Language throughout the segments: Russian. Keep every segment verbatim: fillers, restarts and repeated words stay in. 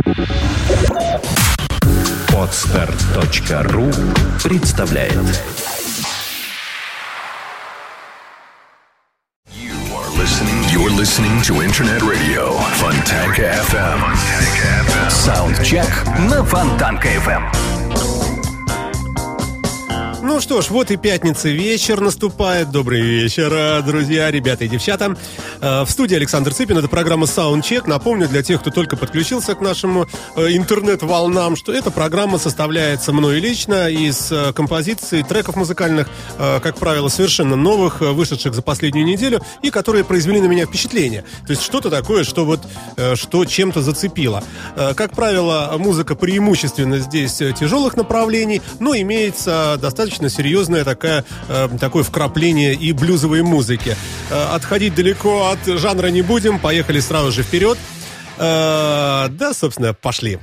Подстер точка ру представляет. You're listening to Internet Radio Fontanka эф эм. Саундчек на Фонтанка эф эм. Ну что ж, вот и пятница, вечер наступает. Добрый вечер, друзья, ребята и девчата. В студии Александр Цыпин. Это программа Soundcheck. Напомню для тех, кто только подключился к нашим интернет-волнам, что эта программа составляется мной лично из композиций, треков музыкальных, как правило, совершенно новых, вышедших за последнюю неделю, и которые произвели на меня впечатление. То есть что-то такое, что вот, что чем-то зацепило. Как правило, музыка преимущественно здесь тяжелых направлений, но имеется достаточно серьезное такая, э, такое вкрапление и блюзовой музыки. Э, отходить далеко от жанра не будем, поехали сразу же вперед. Э, да, собственно, пошли.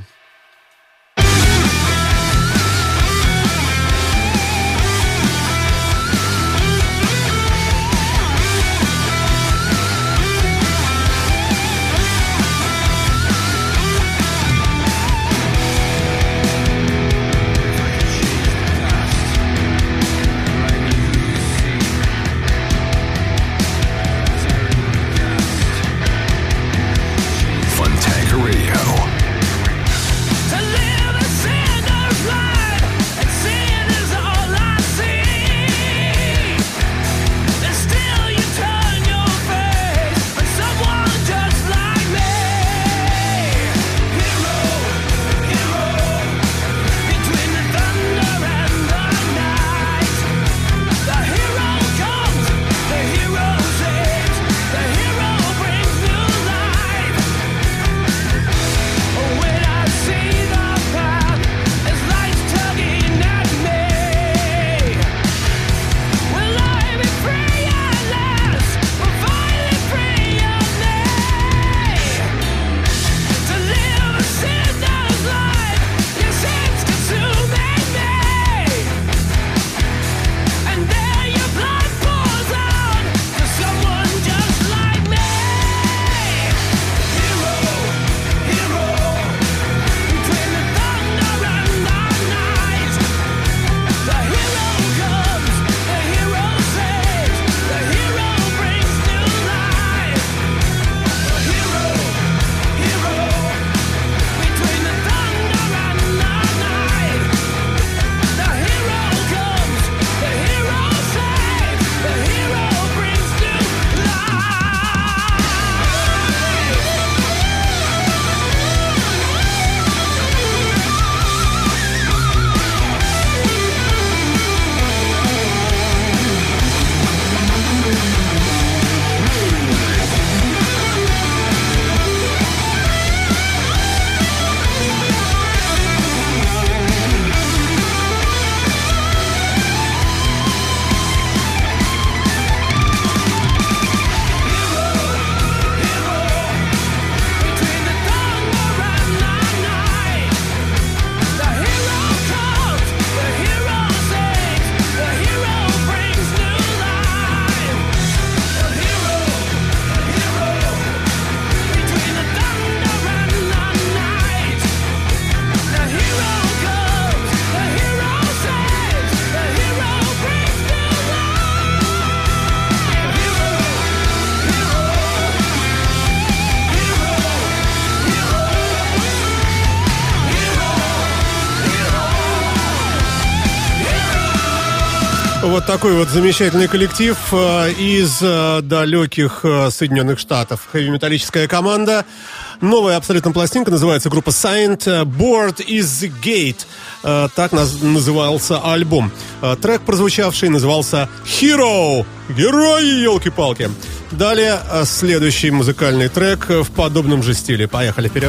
Вот такой вот замечательный коллектив э, из э, далеких э, Соединенных Штатов. Хэви-металлическая команда. Новая абсолютно пластинка, называется группа Saint. Board is the Gate. Э, так наз- назывался альбом. Э, трек, прозвучавший, назывался Hero. Герои, елки-палки. Далее э, следующий музыкальный трек в подобном же стиле. Поехали вперед.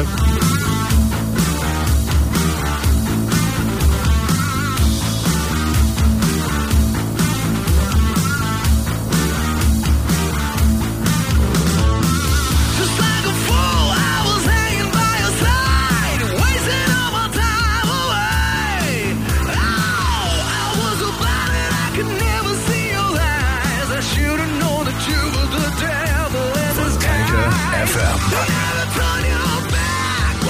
эф эм.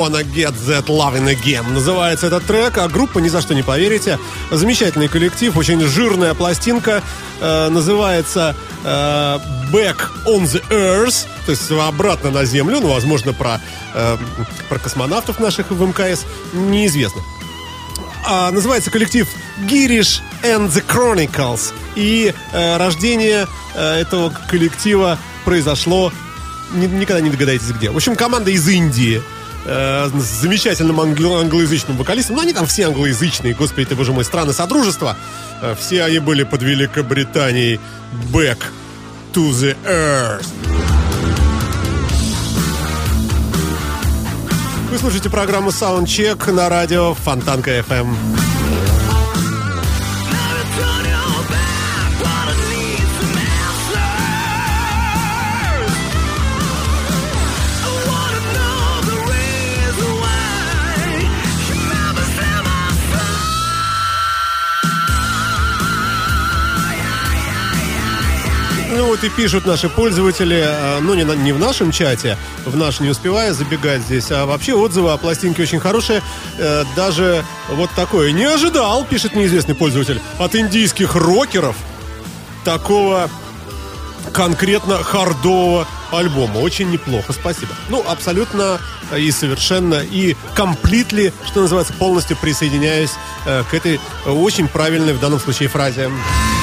Wanna Get That Lovin' Again называется этот трек, а группа, ни за что не поверите, замечательный коллектив, очень жирная пластинка, э, называется э, Back on the Earth, то есть обратно на Землю, ну, возможно, про, э, про космонавтов наших в эм ка эс, неизвестно. А, называется коллектив Girish and the Chronicles. И э, рождение э, этого коллектива произошло, ни, никогда не догадаетесь где. В общем, команда из Индии э, с замечательным англо- англоязычным вокалистом. Ну, они там все англоязычные, господи ты, боже мой, страны Содружества. Э, все они были под Великобританией. Back to the Earth. Вы слушаете программу Soundcheck на радио Фонтанка эф эм. Ну вот и пишут наши пользователи, ну не, на, не в нашем чате, в наш не успевая забегать здесь, а вообще отзывы о пластинке очень хорошие. Э, даже вот такое. Не ожидал, пишет неизвестный пользователь, от индийских рокеров такого конкретно хардового альбома. Очень неплохо, спасибо. Ну, абсолютно и совершенно, и completely, что называется, полностью присоединяюсь э, к этой очень правильной в данном случае фразе.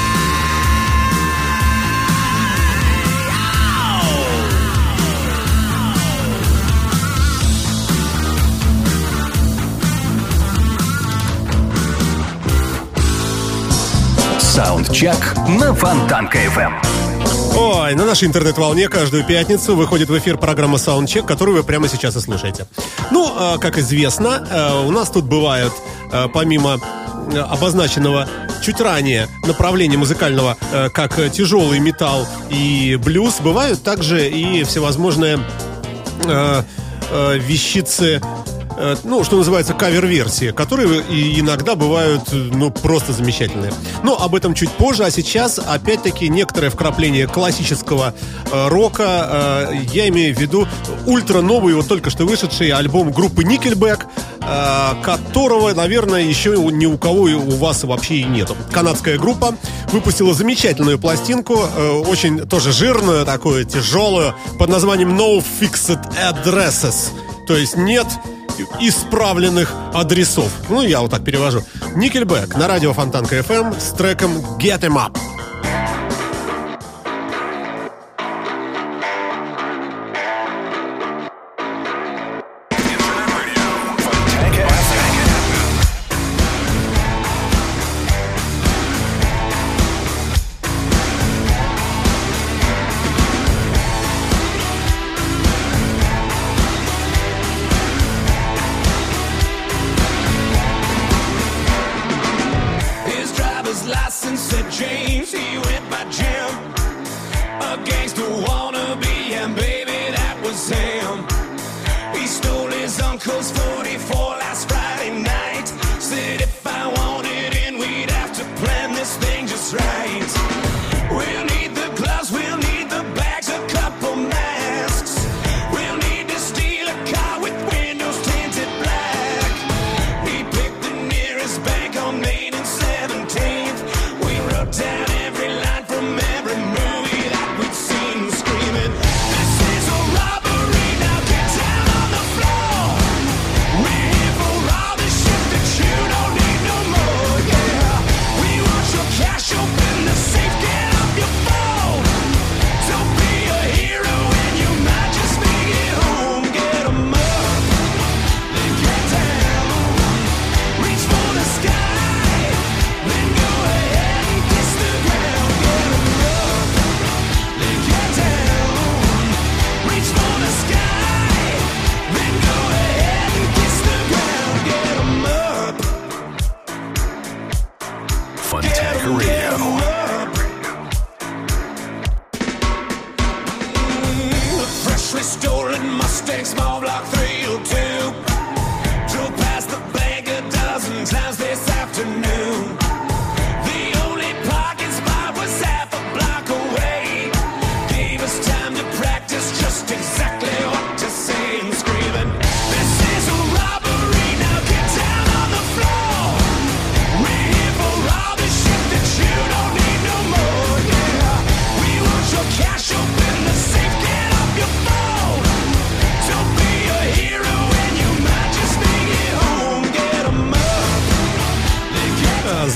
Саундчек на Фонтанка эф эм. Ой, на нашей интернет-волне каждую пятницу выходит в эфир программа Soundcheck, которую вы прямо сейчас и слушаете. Ну, как известно, у нас тут бывают, помимо обозначенного чуть ранее направления музыкального, как тяжелый металл и блюз, бывают также и всевозможные вещицы, ну, что называется, кавер-версии, которые и иногда бывают, ну, просто замечательные. Но об этом чуть позже, а сейчас, опять-таки, некоторое вкрапление классического э, рока. Э, я имею в виду ультра-новый, вот только что вышедший альбом группы Nickelback, э, которого, наверное, еще ни у кого и у вас вообще и нету. Канадская группа выпустила замечательную пластинку, э, очень тоже жирную, такую тяжелую, под названием No Fixed Addresses. То есть нет исправленных адресов. Ну, я вот так перевожу. Nickelback на радио Фонтанка эф эм с треком Get Em Up. License said James, he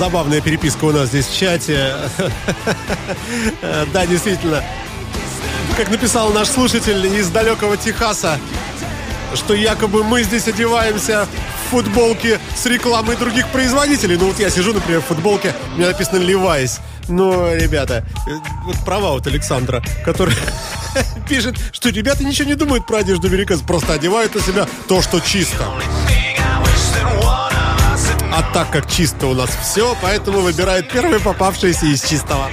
забавная переписка у нас здесь в чате. Да, действительно. Как написал наш слушатель из далекого Техаса, что якобы мы здесь одеваемся в футболки с рекламой других производителей. Ну вот я сижу, например, в футболке, у меня написано Levi's. Но, ребята, вот права вот Александра, который пишет, что ребята ничего не думают про одежду американцев, просто одевают на себя то, что чисто. А так как чисто у нас все, поэтому выбирают первое попавшееся из чистого.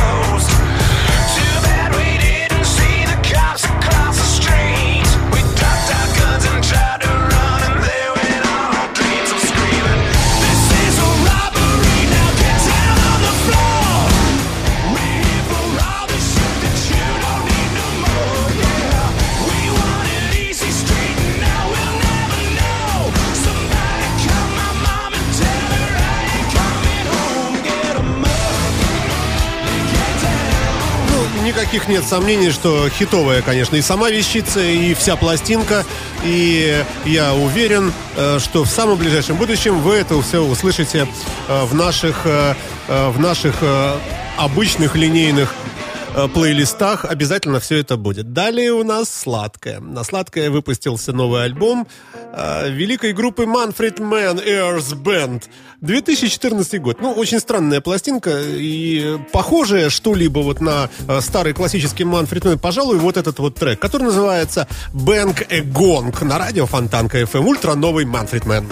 Никаких нет сомнений, что хитовая, конечно, и сама вещица, и вся пластинка. И я уверен, что в самом ближайшем будущем вы это все услышите в наших, в наших обычных линейных плейлистах. Обязательно все это будет. Далее у нас «Сладкое». На «Сладкое» выпустился новый альбом великой группы Manfred Mann Ears Band. две тысячи четырнадцатый год. Ну, очень странная пластинка и похожая что-либо вот на старый классический Manfred Mann. Пожалуй, вот этот вот трек, который называется «Bang a Gong» на радио Фонтанка эф эм. Ультра новый Manfred Mann.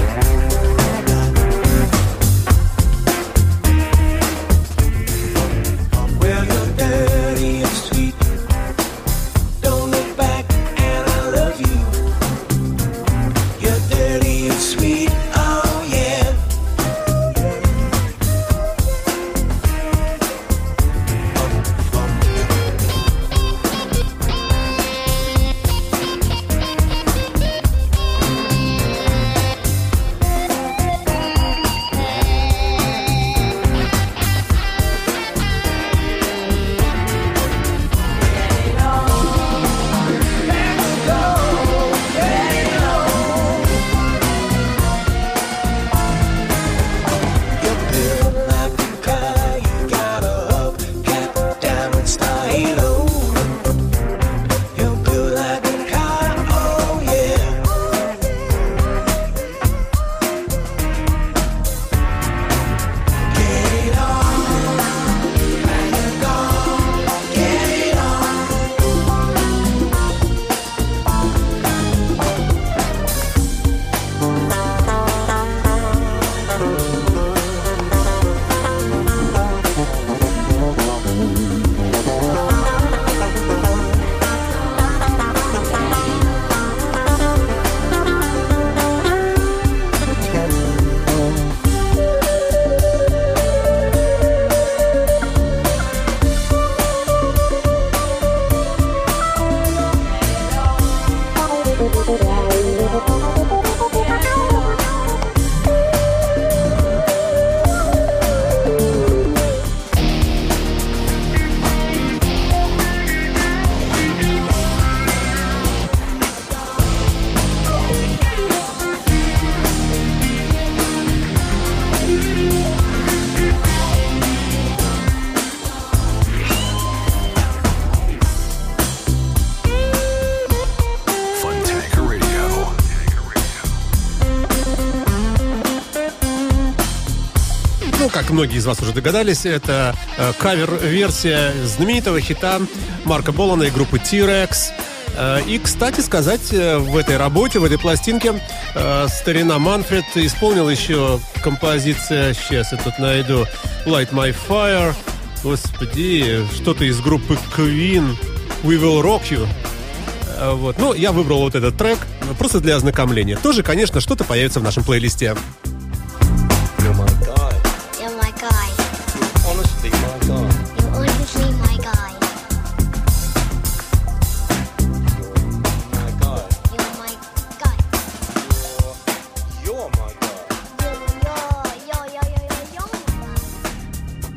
Как многие из вас уже догадались, это э, кавер-версия знаменитого хита Марка Болана и группы T-Rex. Э, и, кстати сказать, э, в этой работе, в этой пластинке э, старина Манфред исполнил еще композиция, сейчас я тут найду, Light My Fire, господи, что-то из группы Queen, We Will Rock You. Э, вот. Ну, я выбрал вот этот трек просто для ознакомления. Тоже, конечно, что-то появится в нашем плейлисте.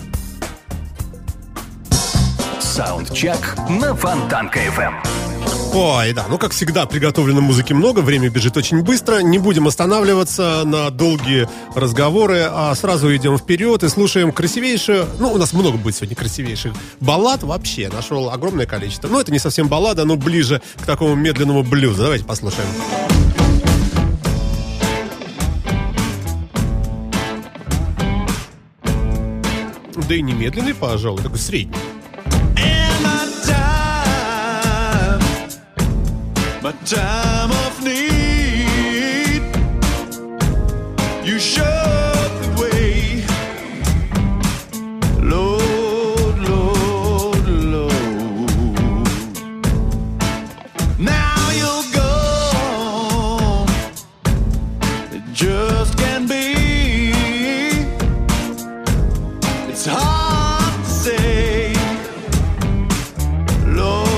Саундчек на Фонтанка эф эм. Ой, да, ну как всегда, приготовлено музыки много, время бежит очень быстро. Не будем останавливаться на долгие разговоры, а сразу идем вперед и слушаем красивейшую. Ну, у нас много будет сегодня красивейших баллад вообще. Нашел огромное количество. Ну, это не совсем баллада, но ближе к такому медленному блюзу. Давайте послушаем. Да и не медленный, пожалуй, такой средний. My time of need, you showed the way, Lord, Lord, Lord. Now you're gone, it just can't be. It's hard to say, Lord.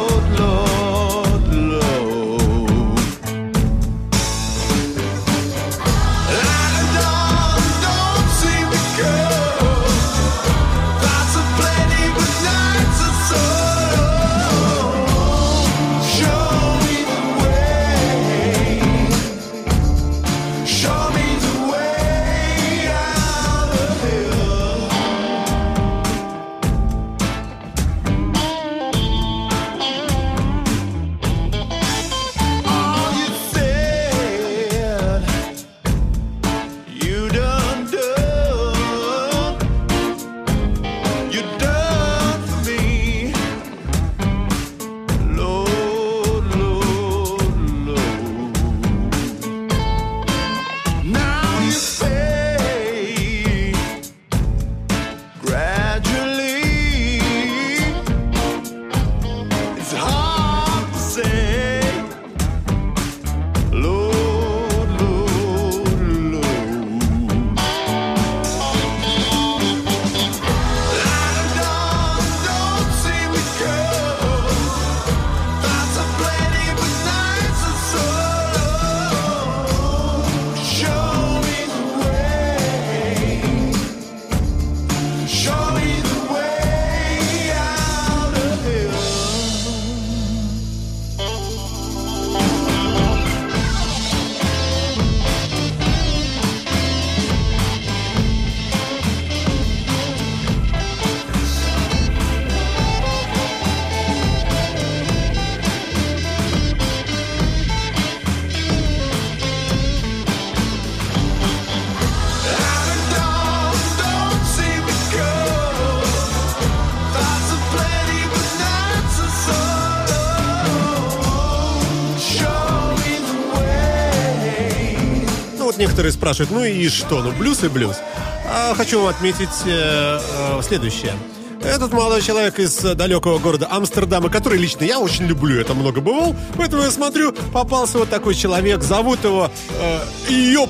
Некоторые спрашивают, ну и что, ну блюз и блюз. А хочу вам отметить э, э, следующее. Этот молодой человек из далекого города Амстердама, который лично я очень люблю, это много бывал, поэтому я смотрю, попался вот такой человек, зовут его э, Йоп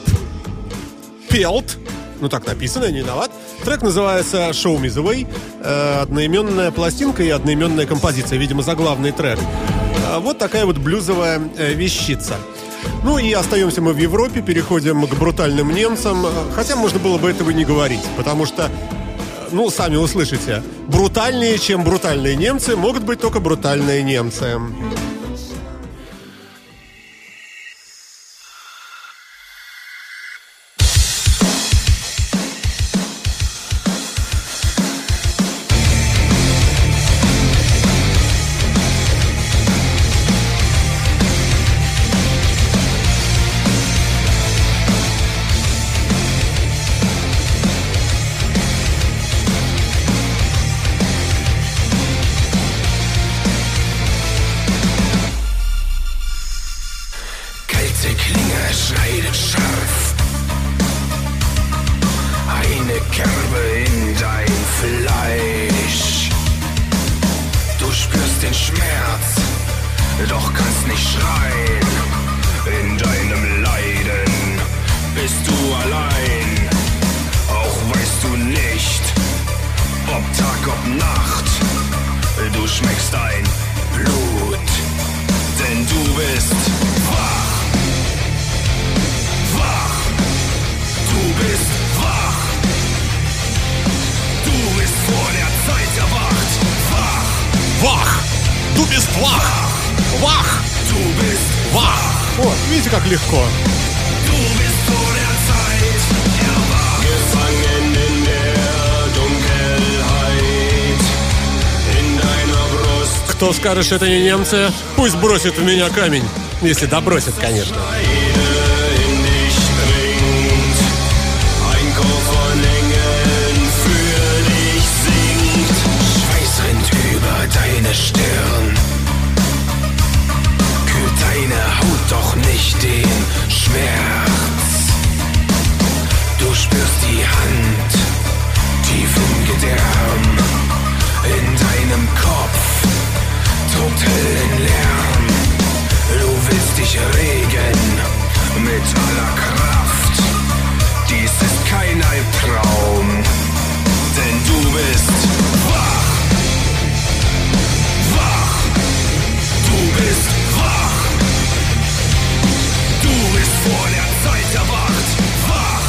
Пелт, ну так написано, я не виноват. Трек называется «Show Me The Way», э, одноименная пластинка и одноименная композиция, видимо, заглавный трек. Э, вот такая вот блюзовая э, вещица. Ну и остаемся мы в Европе, переходим к брутальным немцам, хотя можно было бы этого не говорить, потому что, ну, сами услышите, брутальнее, чем брутальные немцы, могут быть только брутальные немцы. Wach! Du bist wach! Вах! Вах! Вот, видите, как легко. Кто скажет, что это не немцы, пусть бросит в меня камень. Если добросит, конечно. Deine Stirn kühlt deine Haut doch nicht den Schmerz. Du spürst die Hand tief im Gedärm. In deinem Kopf tobt Höllenlärm. Du willst dich regen mit aller Kraft. Dies ist kein Albtraum, denn du bist wach. Du bist wach. Du bist vor der Zeit erwacht. Wach.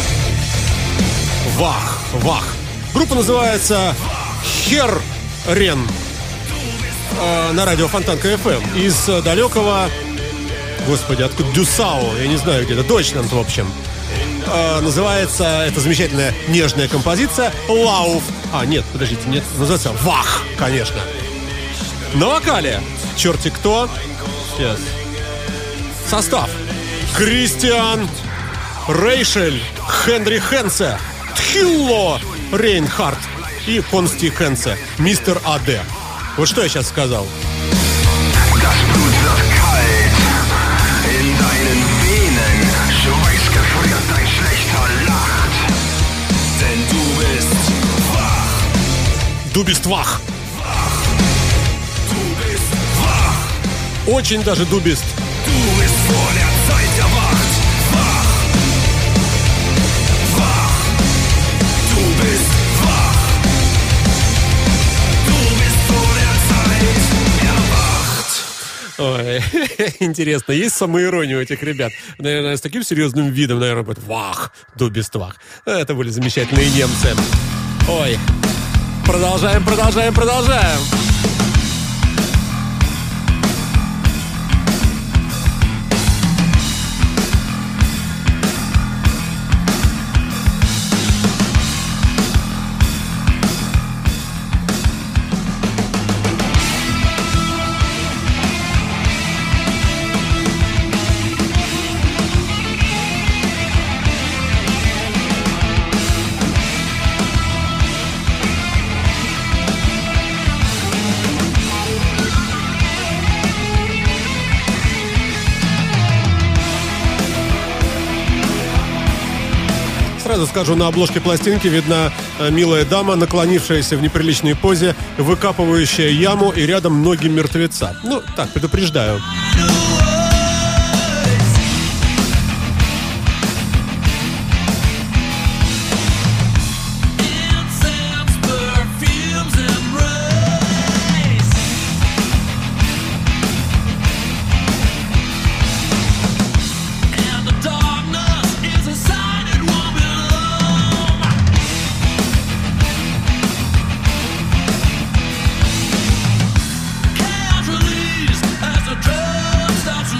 Вах, вах. Группа называется Херрен э, на радио Фонтанка эф эм. Из далекого, господи, откуда, Дюсау, я не знаю где-то, Дойчланд, в общем. Э, называется эта замечательная нежная композиция Лауф. А, нет, подождите, нет, называется Вах, конечно. На вокале черти кто. Сейчас. Состав. Кристиан Рейшель, Хенри Хенсе, Тхилло Рейнхард и Консти Хенсе, мистер АД. Вот что я сейчас сказал. Das Blut wird kalt in deinen Venen. Schweiß gefriert dein schlechter Lacht. Denn du bist wach. Du bist wach. Очень даже дубист. Du bist vor der Zeit erwacht. Wach. Wach. Du bist wach. Du bist vor der Zeit erwacht. Ой, интересно, есть самоирония у этих ребят? Наверное, с таким серьезным видом, наверное, будет вах, дубист вах. Это были замечательные немцы. Ой, продолжаем, продолжаем, продолжаем. Сразу скажу, на обложке пластинки видна милая дама, наклонившаяся в неприличной позе, выкапывающая яму, и рядом ноги мертвеца. Ну, так, предупреждаю. Stops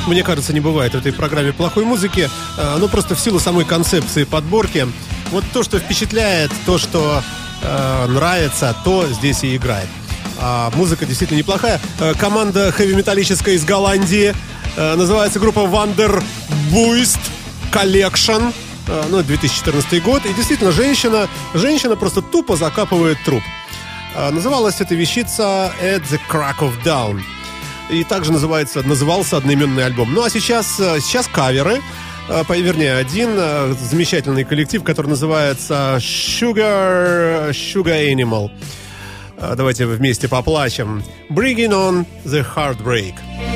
Мне кажется, не бывает в этой программе плохой музыки, но просто в силу самой концепции подборки. Вот то, что впечатляет, то, что э, нравится, то здесь и играет. А музыка действительно неплохая. Команда хэви-металлическая из Голландии. Называется группа Wanderbuist Collection. Ну, две тысячи четырнадцатый год. И действительно, женщина, женщина просто тупо закапывает труп. Называлась эта вещица At the Crack of Dawn. И также называется, назывался одноименный альбом. Ну, а сейчас, сейчас каверы. Вернее, один замечательный коллектив, который называется Sugar, Sugar Animal. Давайте вместе поплачем. Bringing on the Heartbreak.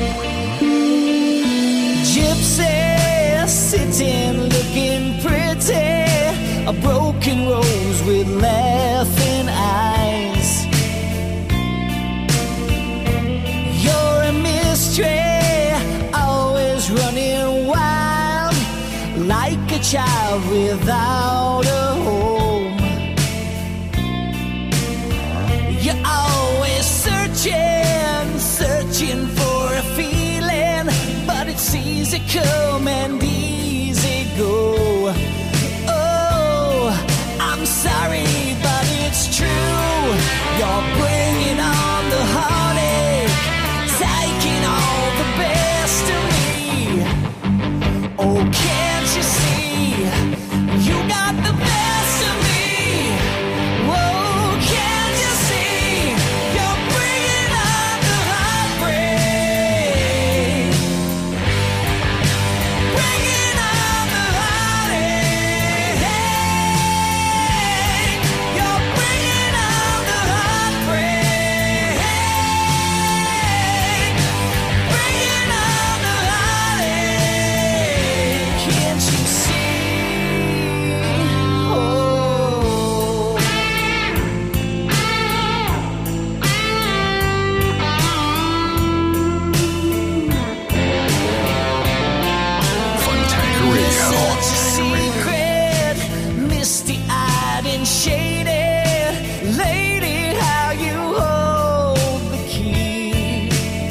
Gypsy sitting looking pretty, a broken rose with laughing eyes. You're a mystery, always running wild, like a child without a home. You're always searching, searching for a feeling, but it's easy come and easy go. Oh, I'm sorry, but it's true. You're bringing on the heartache, taking all the best of me. Oh, can't you see? You got the best of me. Whoa, can't you see? You're bringing on the heartbreak, bringing on the heartache. You're bringing on the heartbreak, bringing on the heartache. Can't you see? Oh. Funtank Radio. Such a secret, misty-eyed and shaded, lady, how you hold the key.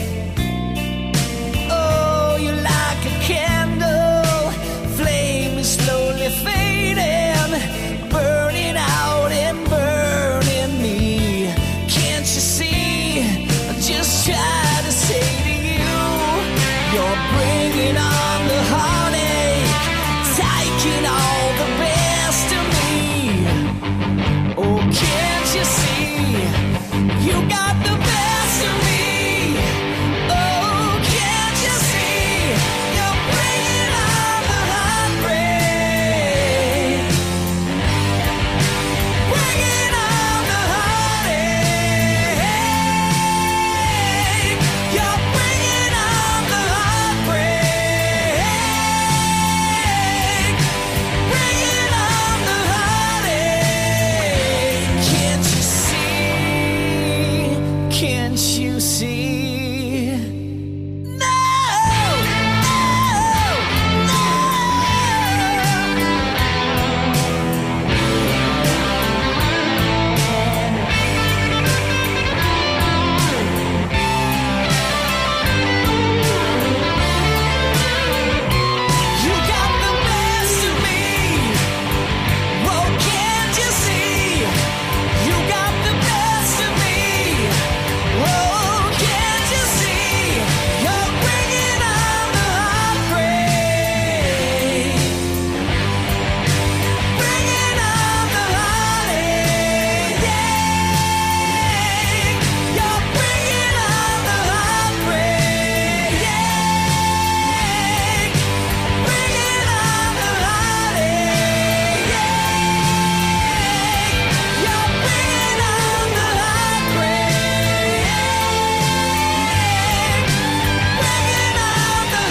Oh, you're like a candle, flame is slowly fading, burning out and burning me. Can't you see? I just try to say to you, you're bringing on the heartache, taking all the best of me. Oh, can't you see? You got the best of me. Oh, can't you see? You're bringing on the heartbreak, bringing on the heartache. You're bringing on the heartbreak, bringing on the heartache. Can't you see? Can't you see? No, no, no. You got the best of me. Whoa, can't you see? You got the best of me. Whoa, can't you see? You're bringing on the heartbreak, bringing on the heartache. Yeah, you're bringing on the heartbreak. Yeah, bringing on the heartache. Yeah, you're bringing on the heartbreak, bringing on the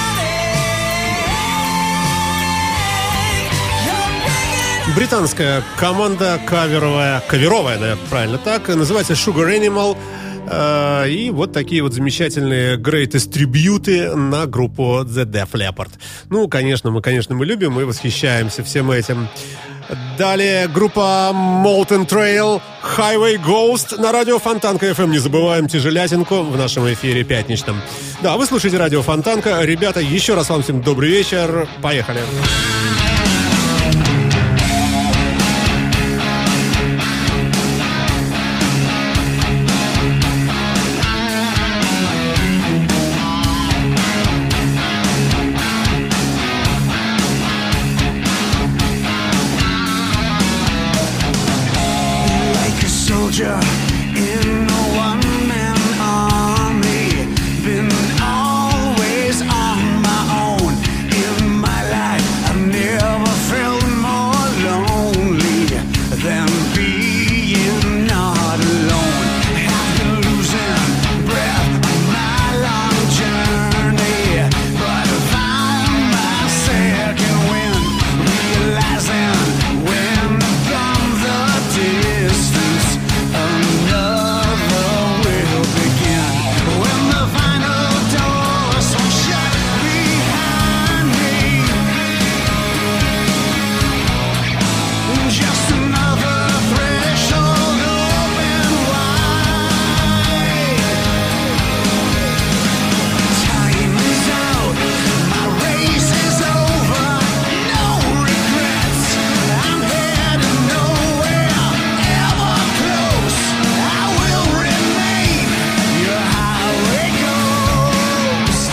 heartache. You're bringing. Британская команда каверовая, каверовая, наверное, правильно так, называется Sugar Animal. Э, И вот такие вот замечательные greatest трибьюты на группу The Def Leppard. Ну, конечно, мы, конечно, мы любим и восхищаемся всем этим. Далее группа Molten Trail, Highway Ghost на радио Фонтанка эф эм. Не забываем тяжелятинку в нашем эфире пятничном. Да, вы слушаете радио Фонтанка. Ребята, еще раз вам всем добрый вечер. Поехали. In a one-man army, been always on my own. In my life, I've never felt more lonely than being not alone. I've been losing breath on my long journey, but I found my second wind, realizing when from the distance another will begin. When the final doors will shut behind me, just another threshold open wide. Time is out, my race is over, no regrets. I'm heading nowhere, ever close. I will remain your highway ghost.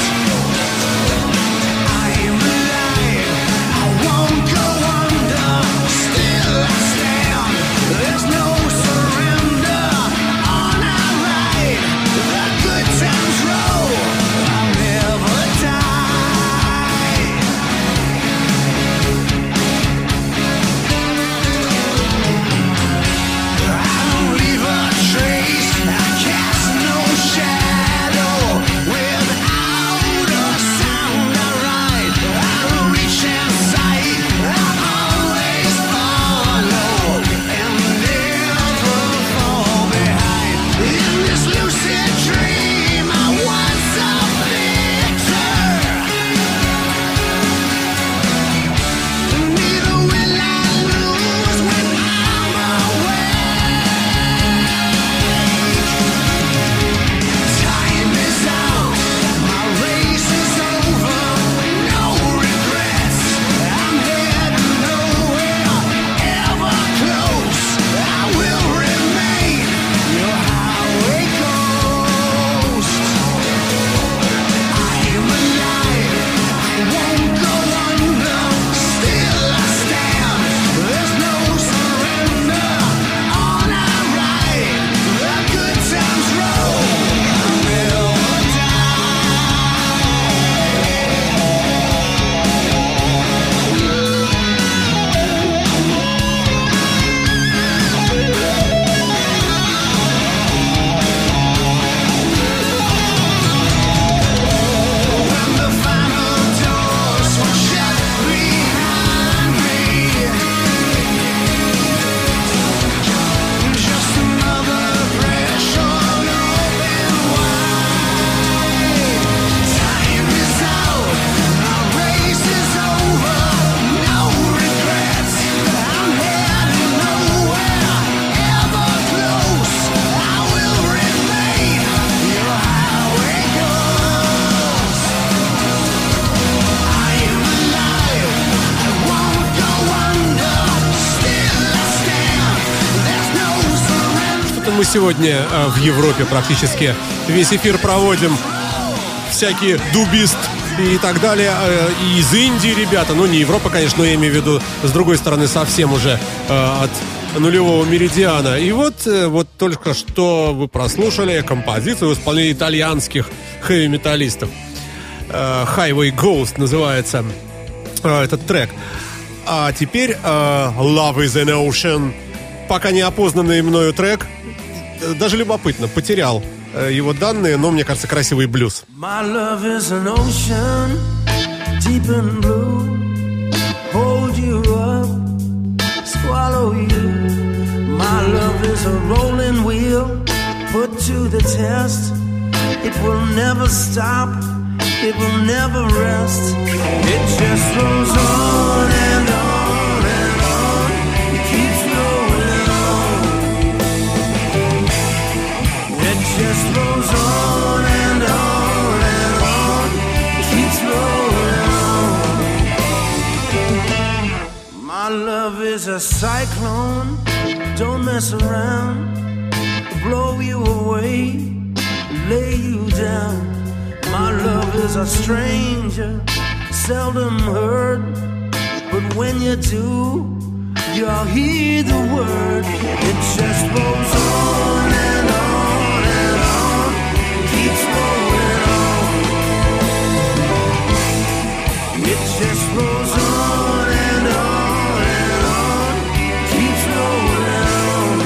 I am alive, I won't go under, still I stand. There's no surrender on our ride. The good times roll, I'll never die. I don't leave a trace, I cast no shadow. Without a sound I ride, I reach inside, I always follow and never fall behind. In this lucid dream I was a victor. Neither will I lose when I'm awake. Time is out, my race is over, no regrets. I'm heading nowhere, ever close. I will remain your highway ghost. I am alive, I won't go under, still I stand. There's no surrender on our ride. The good times roll, I'll never when the final doors will shut behind me. Just another threshold open wide. Time is out, my race is over, no regrets. I'm heading nowhere, ever close. I will remain your highway ghost. I am alive, I won't go under, still I stand. There's no surrender. Что-то мы сегодня э, в Европе практически весь эфир проводим. Всякие дубист и так далее. э, И из Индии ребята. Ну, не Европа, конечно, но я имею в виду, с другой стороны, совсем уже э, от нулевого меридиана. И вот, э, вот только что вы прослушали композицию в исполнении итальянских хэви-металлистов. Э, Highway Ghost называется э, этот трек. А теперь э, Love is an Ocean. Пока не опознанный мною трек. Э, Даже любопытно, потерял э, его данные, но мне кажется, красивый блюз. My love is an ocean, deep and blue. Hold you up, swallow you. My love is a rolling wheel, put to the test. It will never stop, it will never rest. It just rolls on and on and on. just goes on and on and on. It keeps rolling on. My love is a cyclone. Don't mess around. Blow you away, lay you down. My love is a stranger, seldom heard, but when you do, you'll hear the word. It just goes on and on and on, keeps rolling on. It just goes on and on and on, keeps rolling on.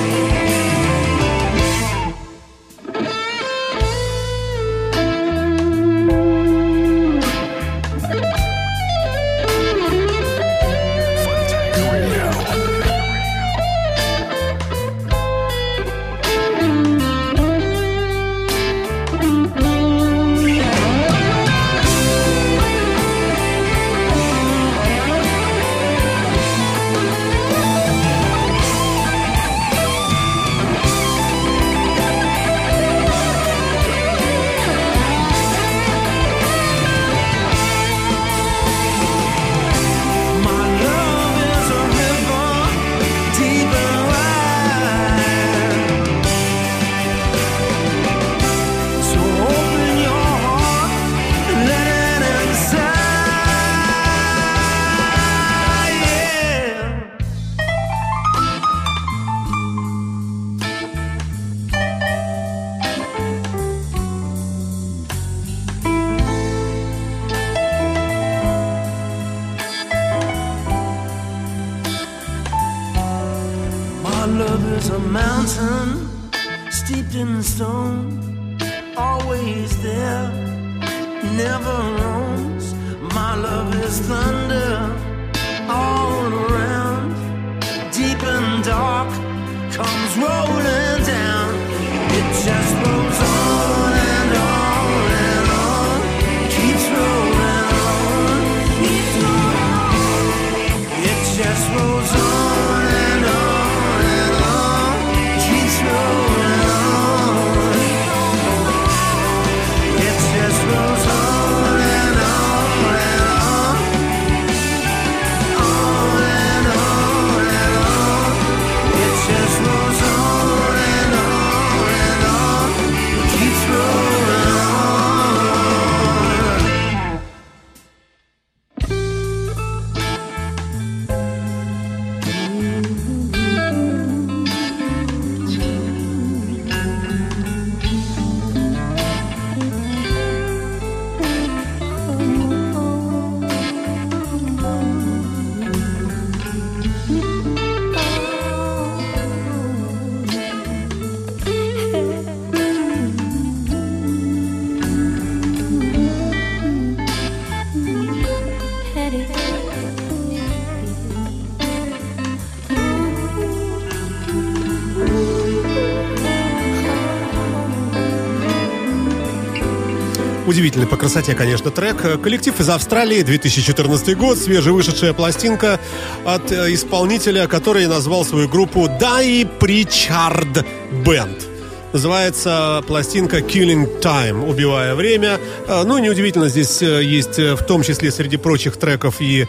Удивительный по красоте, конечно, трек. Коллектив из Австралии, две тысячи четырнадцатый год, свежевышедшая пластинка от исполнителя, который назвал свою группу Die Pritchard Band. Называется пластинка Killing Time, убивая время. Ну, неудивительно, здесь есть в том числе среди прочих треков и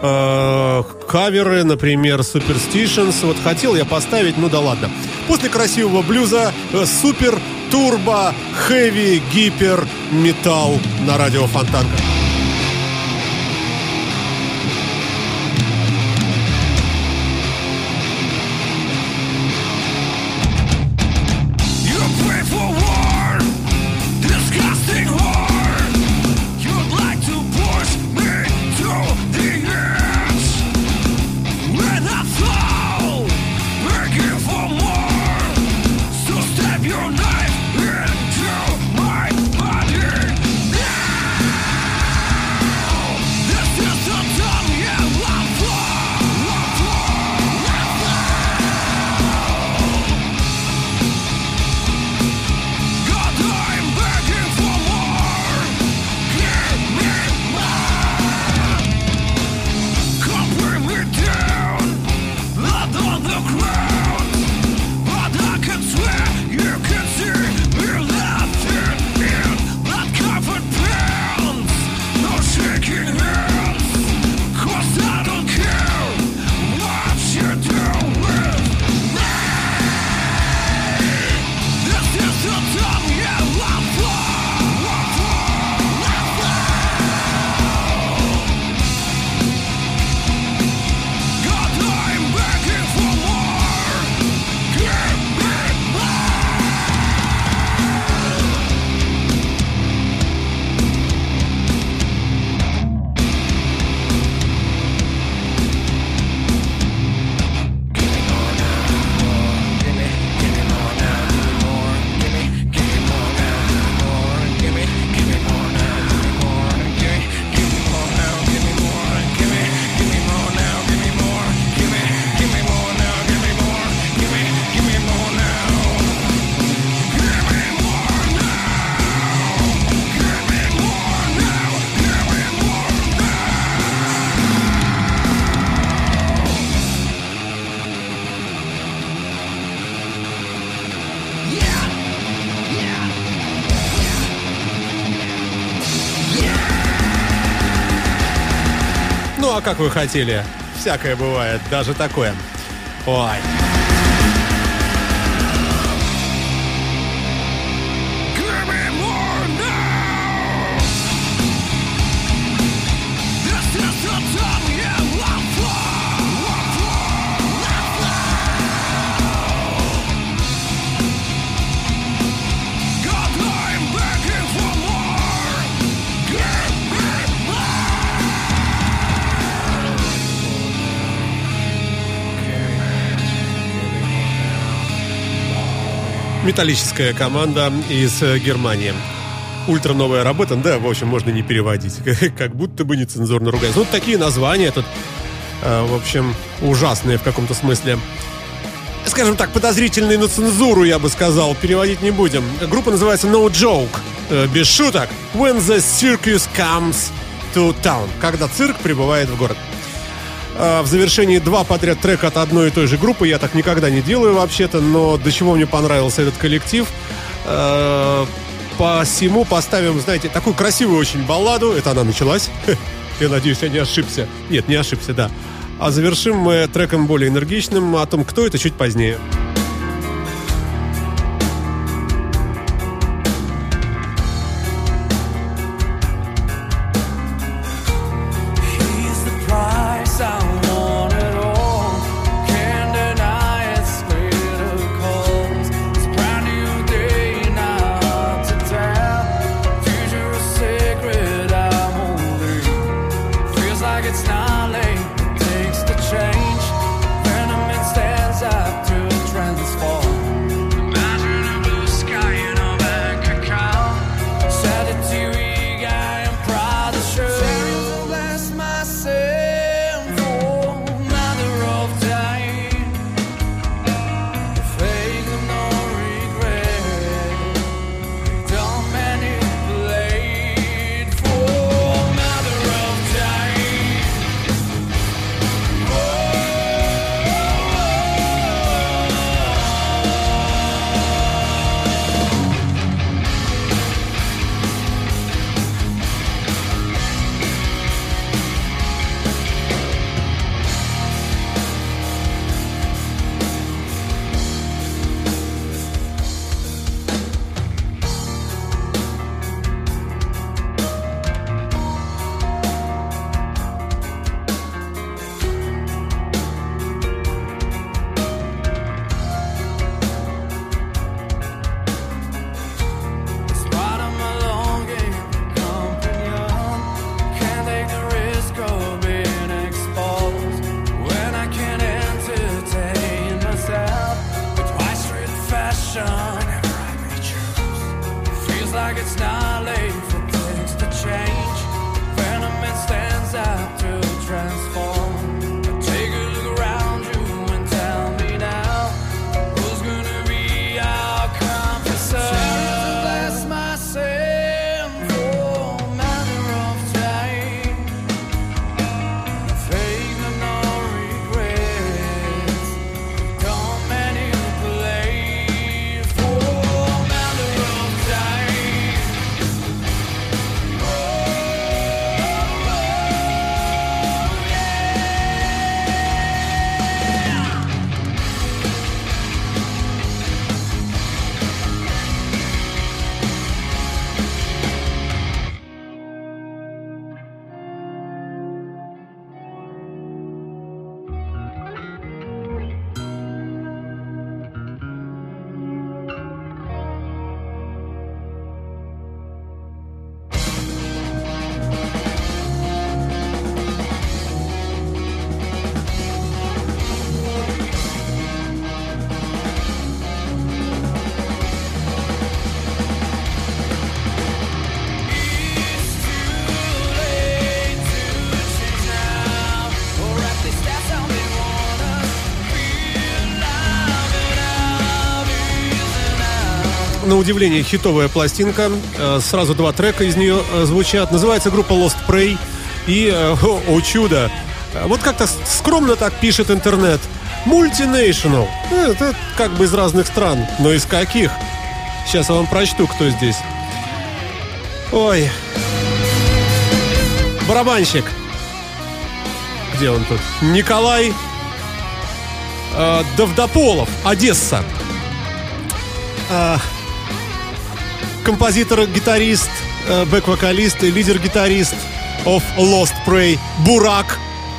э, каверы, например, Superstitions. Вот хотел я поставить, ну да ладно. После красивого блюза супер, турбо, хэви, гипер, металл на радио Фонтанка. Your knife into my body. Ну, а как вы хотели? Всякое бывает, даже такое. Ой. Металлическая команда из Германии. Ультра новая работа, да, в общем, можно не переводить. Как будто бы нецензурно ругаются. Ну, такие названия тут, в общем, ужасные в каком-то смысле. Скажем так, подозрительные на цензуру, я бы сказал. Переводить не будем. Группа называется No Joke. Без шуток. When the circus comes to town. Когда цирк прибывает в город. В завершении два подряд трека от одной и той же группы. Я так никогда не делаю вообще-то, но до чего мне понравился этот коллектив. Посему поставим, знаете, такую красивую очень балладу. Это она началась. Я надеюсь, я не ошибся. Нет, не ошибся, да. А завершим мы треком более энергичным. О том, кто это, чуть позднее. На удивление хитовая пластинка. Сразу два трека из нее звучат. Называется группа Lost Prey. И, о, о чудо, вот как-то скромно так пишет интернет. Multinational. Это как бы из разных стран. Но из каких? Сейчас я вам прочту, кто здесь. Ой. Барабанщик. где он тут? Николай э, Давдополов, Одесса. Э, композитор, гитарист, э, бэк-вокалист и лидер-гитарист of Lost Prey Бурак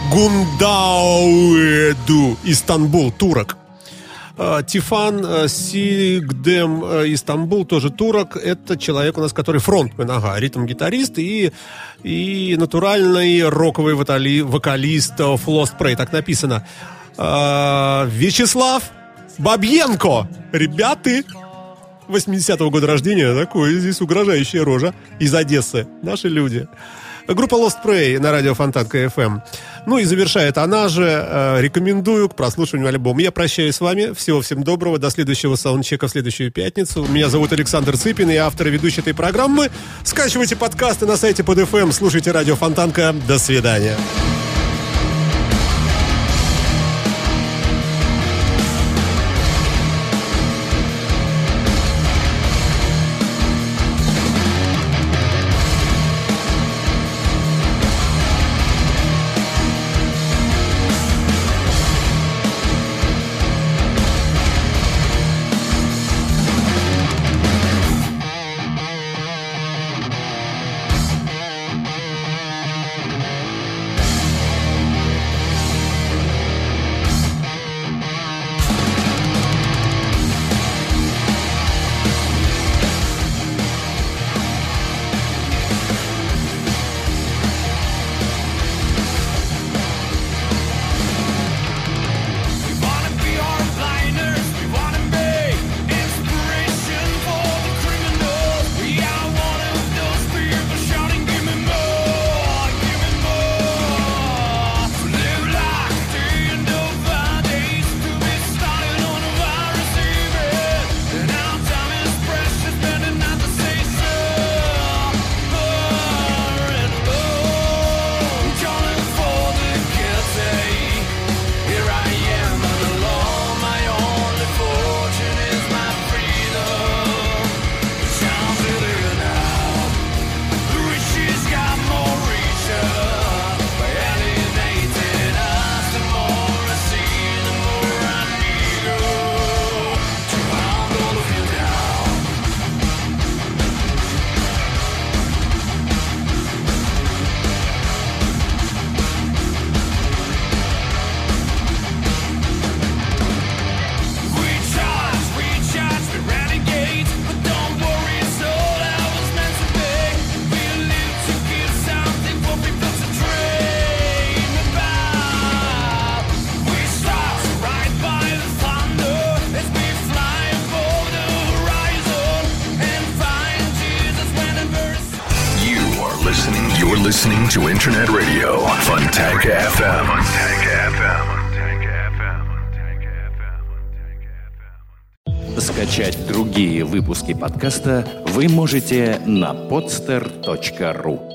Гундауэду, Истанбул, турок. Тифан Сигдем, Истанбул, тоже турок. Это человек у нас, который фронтмен, ага, ритм-гитарист и, и натуральный роковый вокали, вокалист of Lost Prey, так написано. Вячеслав Бабьенко. Ребята, восьмидесятого года рождения, такой здесь угрожающая рожа, из Одессы. Наши люди. Группа Lost Prey на радио Фонтанка эф эм. Ну и завершает она же. Э, рекомендую к прослушиванию альбома. Я прощаюсь с вами. Всего всем доброго. До следующего саундчека в следующую пятницу. Меня зовут Александр Цыпин, я автор и ведущий этой программы. Скачивайте подкасты на сайте под эф эм. Слушайте радио Фонтанка. До свидания. Listening to Internet Radio Fontanka эф эм. Скачать другие выпуски подкаста вы можете на podster точка ру.